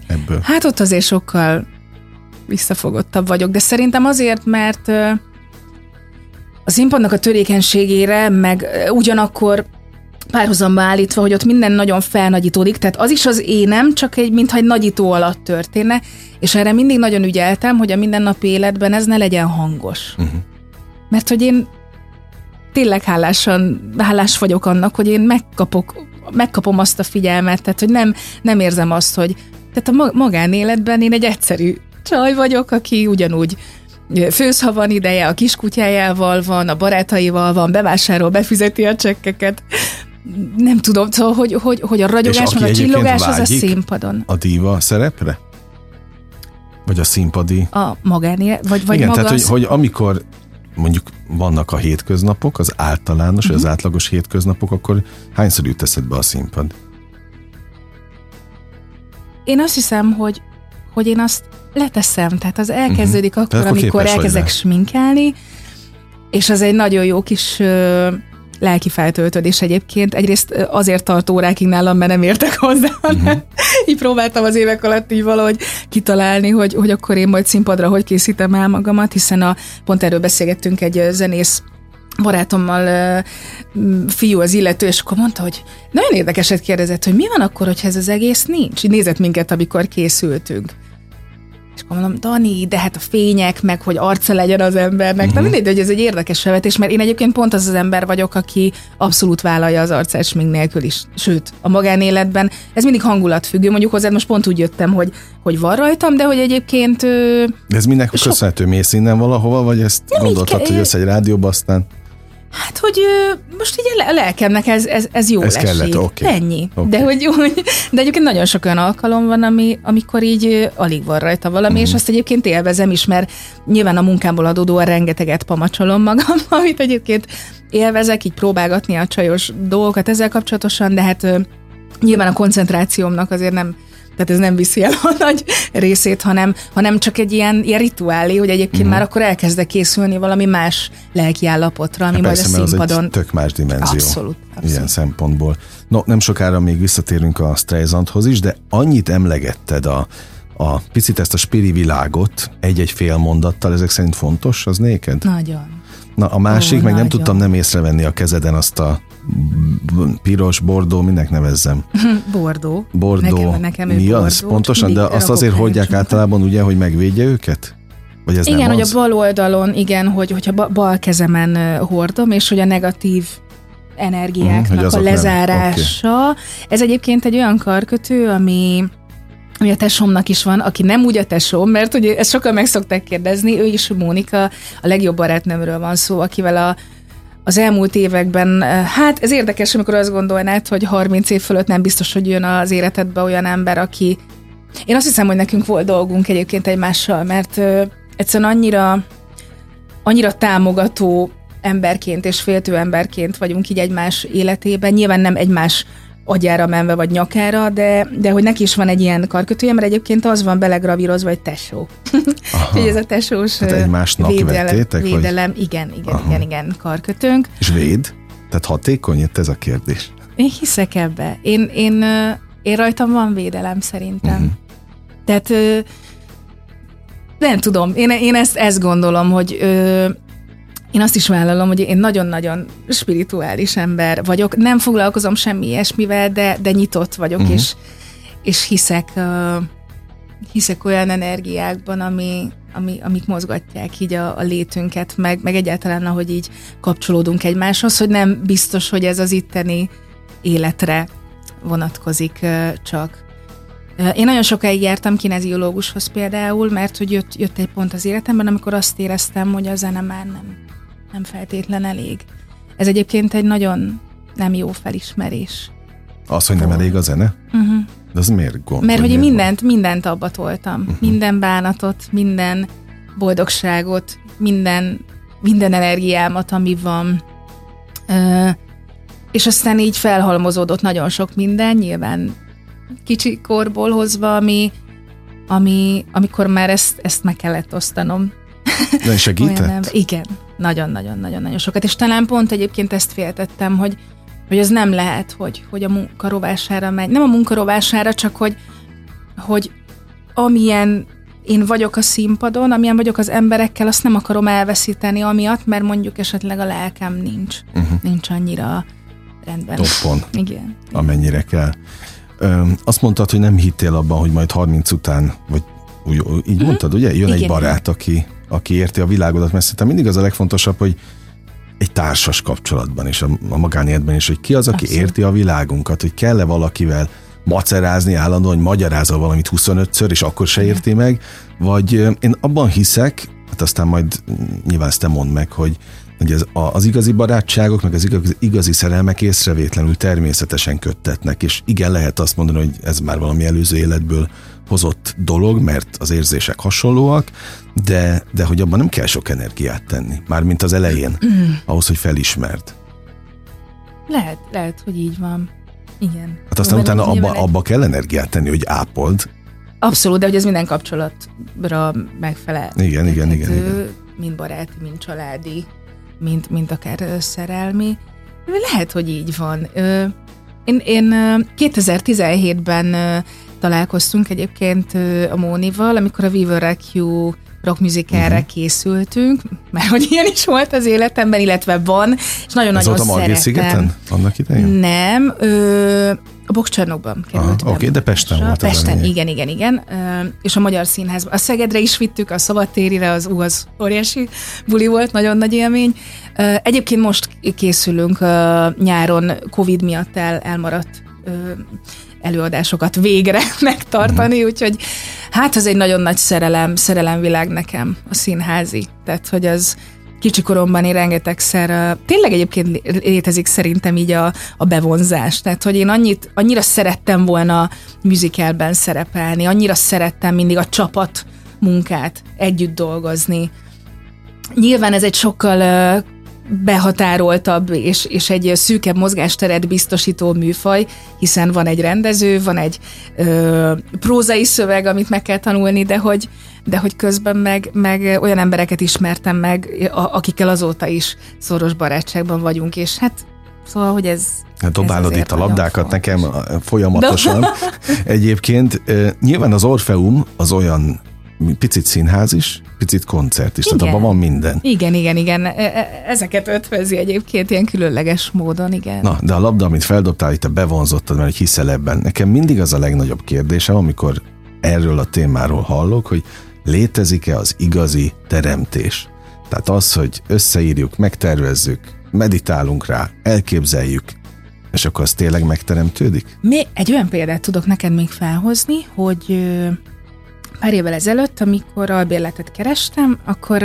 ebből? Hát ott azért sokkal visszafogottabb vagyok, de szerintem azért, mert a színpadnak a törékenységére, meg ugyanakkor párhuzamba állítva, hogy ott minden nagyon felnagyítódik, tehát az is az énem, csak mintha egy nagyító alatt történne, és erre mindig nagyon ügyeltem, hogy a mindennapi életben ez ne legyen hangos. Mert hogy én tényleg hálás vagyok annak, hogy én megkapom azt a figyelmet, tehát hogy nem érzem azt, hogy tehát a magánéletben én egy egyszerű csaj vagyok, aki ugyanúgy főz, ha van ideje, a kiskutyájával van, a barátaival van, bevásárol, befizeti a csekkeket. Nem tudom, szóval, hogy a ragyogás, meg a csillogás az a színpadon. A díva szerepre? Vagy a színpadi? A magánélet, vagy igen, maga tehát, hogy amikor mondjuk vannak a hétköznapok, az általános, az átlagos hétköznapok, akkor hányszor jut eszedbe a színpad? Én azt hiszem, hogy én azt leteszem, tehát az elkezdődik akkor amikor elkezdek sminkelni, és az egy nagyon jó kis lelki feltöltődés egyébként. Egyrészt azért tart órákig nálam, mert nem értek hozzá, így próbáltam az évek alatt így valahogy kitalálni, hogy akkor én majd színpadra hogy készítem el magamat, hiszen pont erről beszélgettünk egy zenész barátommal, fiú az illető, és akkor mondta, hogy nagyon érdekeset kérdezett, hogy mi van akkor, hogyha ez az egész nincs. Így nézett minket, amikor készültünk. És akkor mondom, Dani, de hát a fények, meg hogy arca legyen az embernek. Na mindegy, hogy ez egy érdekes felvetés, mert én egyébként pont az ember vagyok, aki abszolút vállalja az arcát smink nélkül is. Sőt, a magánéletben ez mindig hangulatfüggő. Mondjuk hozzád most pont úgy jöttem, hogy van rajtam, de hogy egyébként... De ez mindnek köszönhető, mész innen valahova, vagy ezt gondoltad, hogy jössz egy rádióba, aztán... Hát, hogy most így a lelkemnek ez jól esik. Kellett, okay. Ennyi. Okay. De egyébként nagyon sok olyan alkalom van, amikor így alig van rajta valami, és azt egyébként élvezem is, mert nyilván a munkámból adódóan rengeteget pamacsolom magam, amit egyébként élvezek, így próbálgatni a csajos dolgokat ezzel kapcsolatosan, de hát nyilván a koncentrációmnak azért nem, tehát ez nem viszi el a nagy részét, hanem csak egy ilyen rituálé, hogy egyébként már akkor elkezdek készülni valami más lelkiállapotra, ami majd persze, a színpadon... Az egy tök más dimenzió. Abszolút. Ilyen szempontból. No, nem sokára még visszatérünk a Streisandhoz is, de annyit emlegetted a picit ezt a spiri világot egy-egy fél mondattal, ezek szerint fontos az néked? Nagyon. Na, a másik, meg nem tudtam nem észrevenni a kezeden azt a piros, bordó, minek nevezzem? Bordó. Nekem mi az? Pontosan, de azt azért hordják általában, ugye, hogy megvédje őket? Vagy ez igen, nem hogy az? A bal oldalon, igen, hogyha bal kezemen hordom, és hogy a negatív energiáknak a lezárása. Okay. Ez egyébként egy olyan karkötő, ami a tesómnak is van, aki nem úgy a tesóm, mert ugye ezt sokan meg szokták kérdezni, ő is Mónika, a legjobb barátnőmről van szó, akivel az elmúlt években, hát ez érdekes, amikor azt gondolnád, hogy 30 év fölött nem biztos, hogy jön az életedbe olyan ember, aki... Én azt hiszem, hogy nekünk volt dolgunk egyébként egymással, mert egyszerűen annyira támogató emberként és féltő emberként vagyunk így egymás életében. Nyilván nem egymás agyára menve vagy nyakára, de hogy neki is van egy ilyen karkötője, mert egyébként az van belegravírozva, hogy tesó. Úgyhogy ez a tesós védelem. Igen, karkötőnk. És véd? Tehát hatékony itt ez a kérdés? Én hiszek ebbe. Én rajtam van védelem szerintem. Tehát nem tudom, én ezt gondolom, hogy én azt is vállalom, hogy én nagyon-nagyon spirituális ember vagyok. Nem foglalkozom semmi ilyesmivel, de nyitott vagyok, és hiszek olyan energiákban, amik mozgatják így a létünket, meg egyáltalán, ahogy így kapcsolódunk egymáshoz, hogy nem biztos, hogy ez az itteni életre vonatkozik csak. Én nagyon sokáig jártam kineziológushoz például, mert hogy jött egy pont az életemben, amikor azt éreztem, hogy a zene már nem feltétlen elég. Ez egyébként egy nagyon nem jó felismerés. Az, hogy nem elég a zene? De az miért gond? Mert hogy mindent abba toltam. Minden bánatot, minden boldogságot, minden energiámat, ami van. És aztán így felhalmozódott nagyon sok minden, nyilván kicsi korból hozva, amikor már ezt meg kellett osztanom. De segített? Igen, nagyon-nagyon sokat. És talán pont egyébként ezt féltettem, hogy az nem lehet, hogy a munka rovására megy. Nem a munka rovására, csak hogy amilyen én vagyok a színpadon, amilyen vagyok az emberekkel, azt nem akarom elveszíteni amiatt, mert mondjuk esetleg a lelkem nincs annyira rendben. Toppon. Igen. Amennyire kell. Azt mondtad, hogy nem hittél abban, hogy majd 30 után, vagy így mondtad, ugye? Jön egy barát, aki érti a világodat, mert szerintem mindig az a legfontosabb, hogy egy társas kapcsolatban és a magánéletben is, hogy ki az, aki érti a világunkat, hogy kell-e valakivel macerázni állandóan, hogy magyarázol valamit 25-ször, és akkor se érti meg, vagy én abban hiszek, hát aztán majd nyilván ezt te mondd meg, hogy az igazi barátságok, meg az igazi szerelmek észrevétlenül természetesen köttetnek, és igen, lehet azt mondani, hogy ez már valami előző életből hozott dolog, mert az érzések hasonlóak, de hogy abban nem kell sok energiát tenni, mármint az elején, ahhoz, hogy felismerd. Lehet, hogy így van. Igen. Hát aztán utána abba kell energiát tenni, hogy ápold. Abszolút, de hogy ez minden kapcsolatra megfelel. Igen. Mind baráti, mind családi, mind akár szerelmi. Lehet, hogy így van. Én 2017-ben találkoztunk egyébként a Mónival, amikor a Viva Rock You rock musicalre készültünk, mert hogy ilyen is volt az életemben, illetve van, és nagyon-nagyon szerettem. Ez volt a Margit-szigeten annak idején? Nem, a Bokscsarnokban került. Oké, de Pesten volt. Pesten, igen. És a Magyar Színházban. A Szegedre is vittük, a Szabadtérire, az óriási buli volt, nagyon nagy élmény. Egyébként most készülünk nyáron Covid miatt elmaradt előadásokat végre megtartani, úgyhogy hát ez egy nagyon nagy szerelemvilág nekem, a színházi. Tehát, hogy az kicsikoromban én rengetegszer, tényleg egyébként létezik szerintem így a bevonzás. Tehát, hogy én annyira szerettem volna musicalben szerepelni, annyira szerettem mindig a csapat munkát, együtt dolgozni. Nyilván ez egy sokkal behatároltabb és egy szűkebb mozgásteret biztosító műfaj, hiszen van egy rendező, van egy prózai szöveg, amit meg kell tanulni, de hogy közben meg olyan embereket ismertem meg, akikkel azóta is szoros barátságban vagyunk, és hát szóval, hogy ez... Hát dobálod itt a labdákat nekem folyamatosan. Egyébként nyilván az Orfeum az olyan picit színház is, picit koncert is, tehát abban van minden. Igen. Ezeket ötvözi egyébként ilyen különleges módon, igen. Na, de a labda, amit feldobtál, hogy te bevonzottad, mert hiszel ebben. Nekem mindig az a legnagyobb kérdésem, amikor erről a témáról hallok, hogy létezik-e az igazi teremtés? Tehát az, hogy összeírjuk, megtervezzük, meditálunk rá, elképzeljük, és akkor az tényleg megteremtődik? Egy olyan példát tudok neked még felhozni, hogy pár évvel ezelőtt, amikor albérletet kerestem, akkor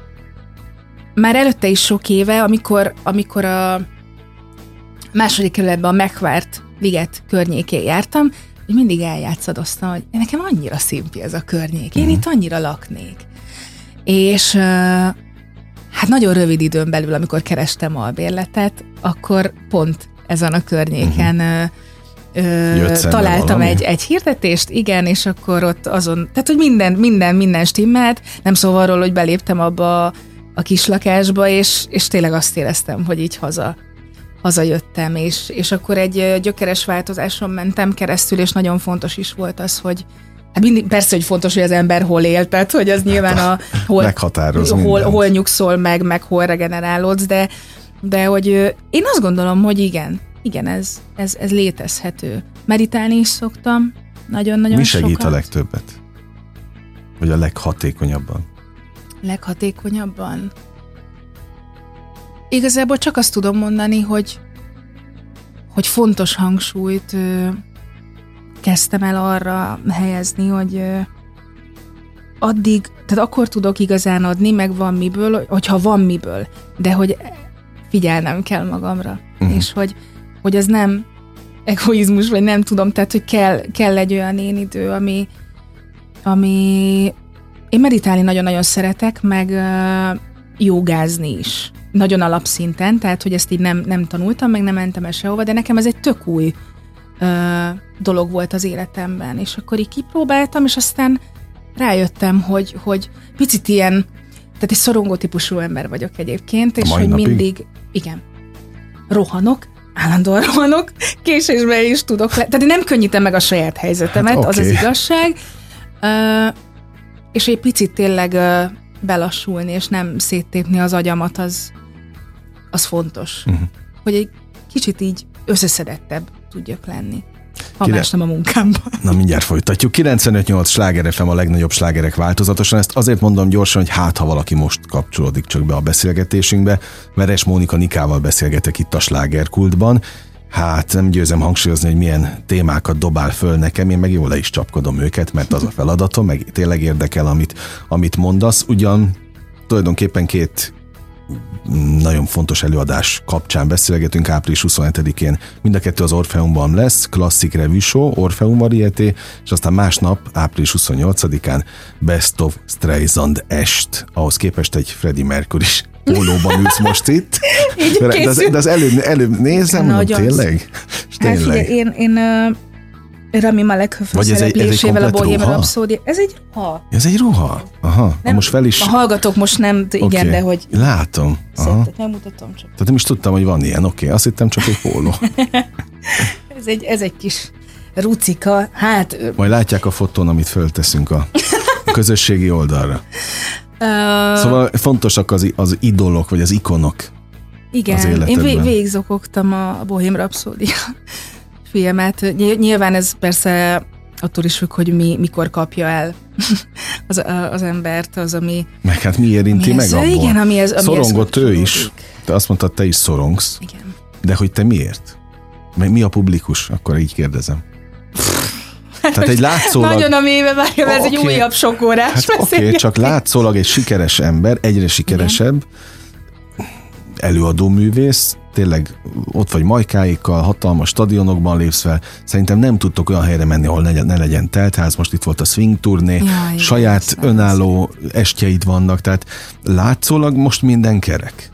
már előtte is sok éve, amikor a második kerületben a megvárt liget környékén jártam, hogy mindig eljátszadoztam, hogy nekem annyira szimpi ez a környék, én itt annyira laknék. És hát nagyon rövid időn belül, amikor kerestem albérletet, akkor pont ezen a környéken találtam egy hirdetést, igen, és akkor ott azon, tehát hogy minden stimmelt, nem szóval arról, hogy beléptem abba a kis lakásba, és tényleg azt éreztem, hogy így hazajöttem, és akkor egy gyökeres változáson mentem keresztül, és nagyon fontos is volt az, hogy hát persze, hogy fontos, hogy az ember hol él, tehát hogy az nyilván hol nyugszol meg hol regenerálódsz, de hogy én azt gondolom, hogy igen, ez létezhető. Meditálni is szoktam, nagyon-nagyon sokat. Mi segít a legtöbbet? Vagy a leghatékonyabban? Leghatékonyabban? Igazából csak azt tudom mondani, hogy fontos hangsúlyt kezdtem el arra helyezni, hogy tehát akkor tudok igazán adni, meg van miből, hogyha van miből, de hogy figyelnem kell magamra, és hogy az nem egoizmus, vagy nem tudom, tehát hogy kell egy olyan én idő, ami én meditálni nagyon-nagyon szeretek, meg jogázni is. Nagyon alapszinten, tehát hogy ezt így nem tanultam, meg nem mentem el sehova, de nekem ez egy tök új dolog volt az életemben, és akkor így kipróbáltam, és aztán rájöttem, hogy picit ilyen, tehát egy szorongó típusú ember vagyok egyébként, és hogy napig? Mindig, igen, állandóan rohanok, késésben is tudok tehát nem könnyítem meg a saját helyzetemet, hát, okay. Az az igazság, És egy picit tényleg belassulni, és nem széttépni az agyamat, az fontos. Hogy egy kicsit így összeszedettebb tudjak lenni. Ha más nem a munkámban. Na, mindjárt folytatjuk. 95.8 Sláger FM, a legnagyobb slágerek változatosan. Ezt azért mondom gyorsan, hogy ha valaki most kapcsolódik csak be a beszélgetésünkbe. Veres Mónika Nikával beszélgetek itt a Slágerkultban. Hát nem győzem hangsúlyozni, hogy milyen témákat dobál föl nekem, én meg jól le is csapkodom őket, mert az a feladatom, meg tényleg érdekel, amit mondasz. Ugyan tulajdonképpen két nagyon fontos előadás kapcsán beszélgetünk, április 27-én mind a kettő az Orfeumban lesz, Classic Revue Show, Orfeum Varieté, és aztán másnap, április 28-án Best of Streisand est, ahhoz képest egy Freddie Mercury-s pólóban ülsz most itt. De az előbb nézem, nagyon tényleg? Hát figyelj, én Rami Malek főszereplésével a Bohém Rhapsody. Ez egy ruha. Ez egy ruha? Aha. Nem, most fel is... A hallgatók most nem, igen, okay. De hogy... Látom. Szerinted megmutatom csak. Tehát nem is tudtam, hogy van ilyen. Oké, azt hittem csak egy póló. ez egy kis rucika. Hát... Majd látják a fotón, amit fölteszünk a közösségi oldalra. Szóval fontosak az idolok, vagy az ikonok. Igen, az életedben. Én végigzokogtam a Bohém Rhapsody filmet. Nyilván ez persze attól is függ, hogy mikor kapja el az embert, az, ami... Meg hát mi érinti meg abból? Igen, ami szorongott ő is. Te azt mondtad, te is szorongsz. Igen. De hogy te miért? Mi a publikus? Akkor így kérdezem. Tehát egy látszólag... Nagyon a mélybe várjam, ez egy újabb sokórás. Hát oké, csak látszólag egy sikeres ember, egyre sikeresebb, igen. Előadóművész, tényleg ott vagy majkáikkal, hatalmas stadionokban lépsz fel. Szerintem nem tudtok olyan helyre menni, ahol ne legyen teltház. Most itt volt a swing turné, saját önálló estjeid vannak, tehát látszólag most minden kerek.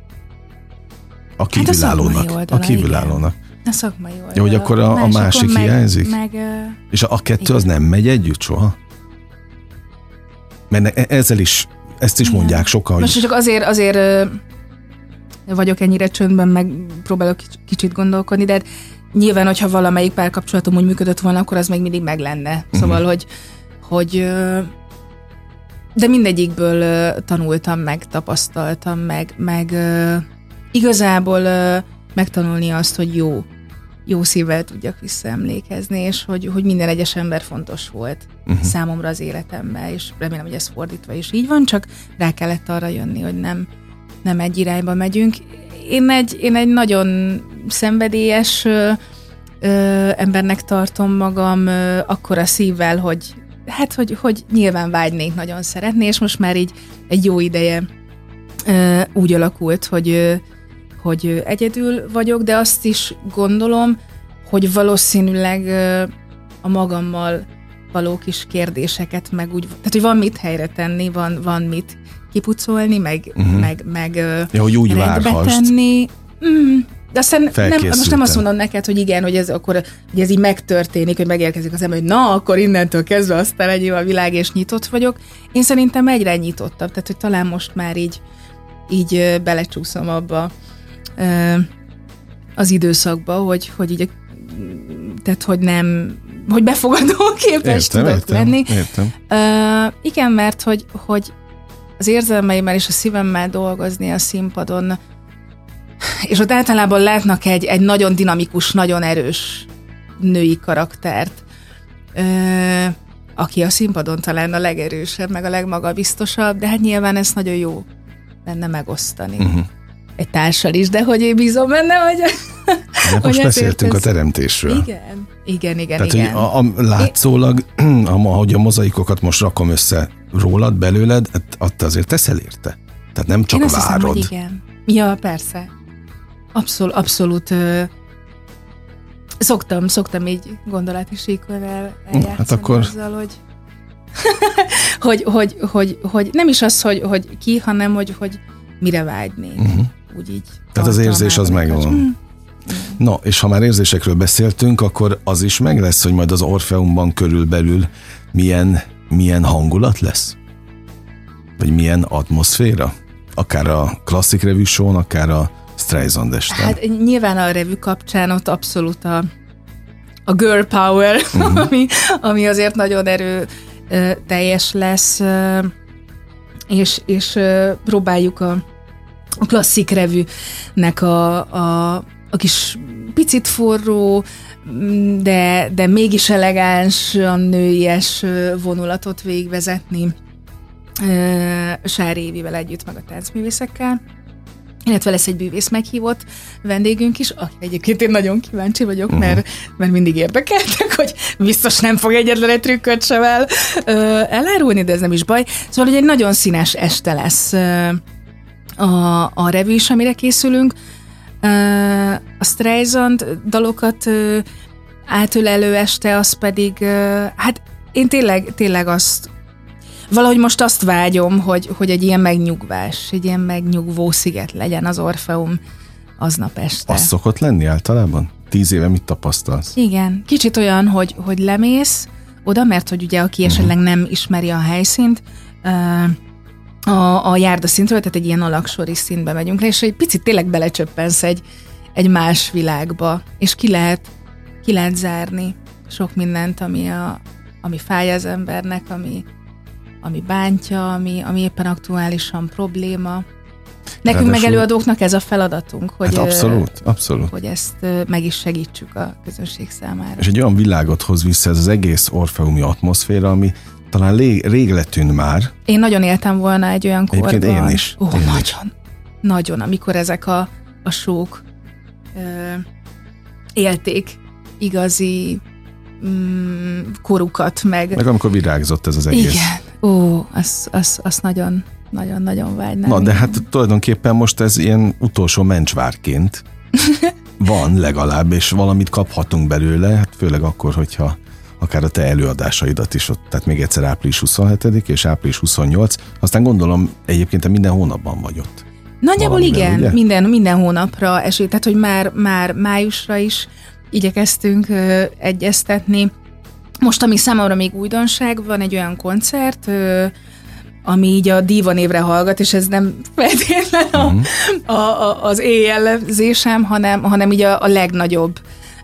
A kívülállónak. Hát a kívülállónak. A szakmai oldal. Jó, hogy akkor a másik hiányzik? És a kettő igen. Az nem megy együtt soha? Mert ezzel is, ezt is igen. Mondják sokan. Most csak azért vagyok ennyire csöndben, meg próbálok kicsit gondolkodni, de nyilván, hogyha valamelyik párkapcsolatom úgy működött volna, akkor az még mindig meg lenne. Szóval, hogy de mindegyikből tanultam meg, tapasztaltam meg igazából megtanulni azt, hogy jó szívvel tudjak visszaemlékezni, és hogy minden egyes ember fontos volt számomra az életemben, és remélem, hogy ez fordítva is így van, csak rá kellett arra jönni, hogy nem egy irányba megyünk. Én egy nagyon szenvedélyes embernek tartom magam, akkora szívvel, hogy nyilván vágynék, nagyon szeretni, és most már így egy jó ideje úgy alakult, hogy egyedül vagyok, de azt is gondolom, hogy valószínűleg a magammal való kis kérdéseket meg úgy, tehát hogy van mit helyre tenni, van mit kipucolni, meg ja, hogy úgy tenni. De aztán most nem azt mondom neked, hogy igen, hogy ez akkor hogy ez így megtörténik, hogy megérkezik az ember, hogy na, akkor innentől kezdve aztán egy a világ, és nyitott vagyok. Én szerintem egyre nyitottabb, tehát hogy talán most már így belecsúszom abba az időszakba, hogy így tehát, hogy befogadó képes tudok lenni. Értem. Igen, mert hogy az érzelmeimmel és a szívemmel dolgozni a színpadon, és ott általában látnak egy nagyon dinamikus, nagyon erős női karaktert, aki a színpadon talán a legerősebb, meg a legmagabiztosabb, de hát nyilván ezt nagyon jó lenne megosztani. Egy társal is, de hogy én bízom benne, hogy... De most beszéltünk a teremtésről. Igen. Tehát, hogy látszólag, ahogy a mozaikokat most rakom össze rólad, belőled, azért teszel érte. Tehát nem csak én várod. Hiszem, hogy igen. Ja, persze. Abszolút szoktam így gondolati síkon eljátszani hát akkor... azzal, hogy nem is az, hogy ki, hanem hogy mire vágynék. Úgy így. Tehát az érzés az megvan. No, és ha már érzésekről beszéltünk, akkor az is meg lesz, hogy majd az Orfeumban körülbelül milyen hangulat lesz? Vagy milyen atmoszféra? Akár a Classic Revue Show-n, akár a Streisand esten. Hát nyilván a revue kapcsán ott abszolút a girl power, ami azért nagyon teljes lesz, és próbáljuk a klasszik revűnek a kis picit forró, de mégis elegánsan nőies vonulatot végigvezetni Sári Évivel együtt, meg a táncművészekkel. Illetve lesz egy bűvész meghívott vendégünk is, akire egyébként én nagyon kíváncsi vagyok, mert mindig érdekeltek, hogy biztos nem fog egyetlen egy trükköt sem elárulni, de ez nem is baj. Szóval, hogy egy nagyon színes este lesz a revű is, amire készülünk. A Streisand dalokat átölelő este, az pedig, hát én tényleg azt valahogy most azt vágyom, hogy egy ilyen megnyugvás, egy ilyen megnyugvó sziget legyen az Orfeum aznap este. Az szokott lenni általában? 10 éve mit tapasztalsz? Igen, kicsit olyan, hogy lemész oda, mert hogy ugye aki esetleg nem ismeri a helyszínt, a járdaszintről, tehát egy ilyen alaksori szintbe megyünk le, és egy picit tényleg belecsöppensz egy más világba, és ki lehet zárni sok mindent, ami fáj az embernek, ami bántja, ami éppen aktuálisan probléma. Nekünk meg előadóknak ez a feladatunk, hogy, abszolút. hogy ezt meg is segítsük a közönség számára. És egy olyan világot hoz vissza ez az egész orfeumi atmoszféra, ami talán rég letűnt már. Én nagyon éltem volna egy olyan korban. Egyébként én is. Nagyon, amikor ezek a sók élték igazi korukat, meg amikor virágzott ez az egész. Igen. Azt nagyon vágynám. Na, de hát tulajdonképpen most ez ilyen utolsó mencsvárként van legalább, és valamit kaphatunk belőle, hát főleg akkor, hogyha akár a te előadásaidat is ott, tehát még egyszer április 27 és április 28, aztán gondolom egyébként te minden hónapban vagy ott. Nagyjából igen, minden hónapra esély, tehát hogy már májusra is igyekeztünk egyeztetni. Most, ami számomra még újdonság, van egy olyan koncert, ami így a Diva névre hallgat, és ez nem feltétlen az éjjelzésem, hanem így a legnagyobb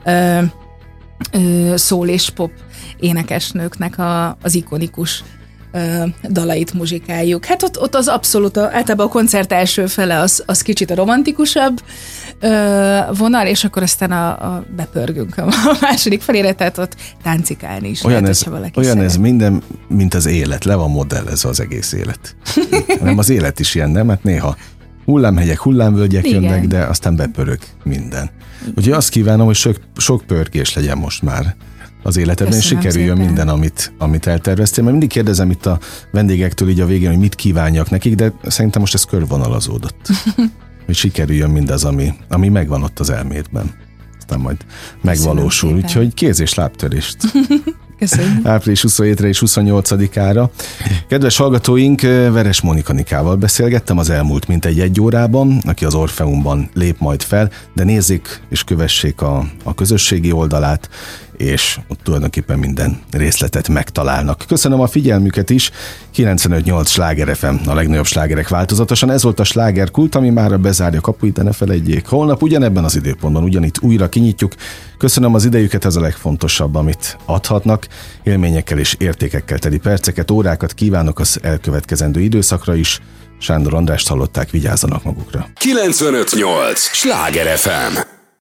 szól és pop énekesnőknek az ikonikus dalait muzsikáljuk. Hát ott az abszolút, általában a koncert első fele az kicsit a romantikusabb vonal, és akkor aztán bepörgünk a második felére, tehát ott táncikálni is olyan lehet, ez, olyan ez minden, mint az élet, le van modellezve az egész élet. Nem az élet is ilyen, nem? Hát néha hullámhegyek, hullámvölgyek jönnek, de aztán bepörög minden. Úgyhogy azt kívánom, hogy sok pörgés legyen most már az életedben, és sikerüljön minden, amit elterveztél. Mert mindig kérdezem itt a vendégektől így a végén, hogy mit kívánjak nekik, de szerintem most ez körvonalazódott. Hogy sikerüljön mindaz, ami megvan ott az elmédben. Aztán majd megvalósul. Úgyhogy kéz- és lábtörést. Köszönjük. Április 27-re és 28-ára. Kedves hallgatóink, Veres Mónika-Nikával beszélgettem az elmúlt mintegy 1 órában, aki az Orfeumban lép majd fel, de nézzék és kövessék a közösségi oldalát, és ott tulajdonképpen minden részletet megtalálnak. Köszönöm a figyelmüket is. 95.8 Sláger FM, a legnagyobb slágerek változatosan. Ez volt a Slágerkult, ami mára bezárja kapuit, de ne felejtjék. Holnap ugyanebben az időpontban ugyanitt újra kinyitjuk. Köszönöm az idejüket, ez a legfontosabb, amit adhatnak. Élményekkel és értékekkel teli perceket, órákat kívánok az elkövetkezendő időszakra is. Sándor Andrást hallották, vigyázzanak magukra. 95.8 Sláger FM.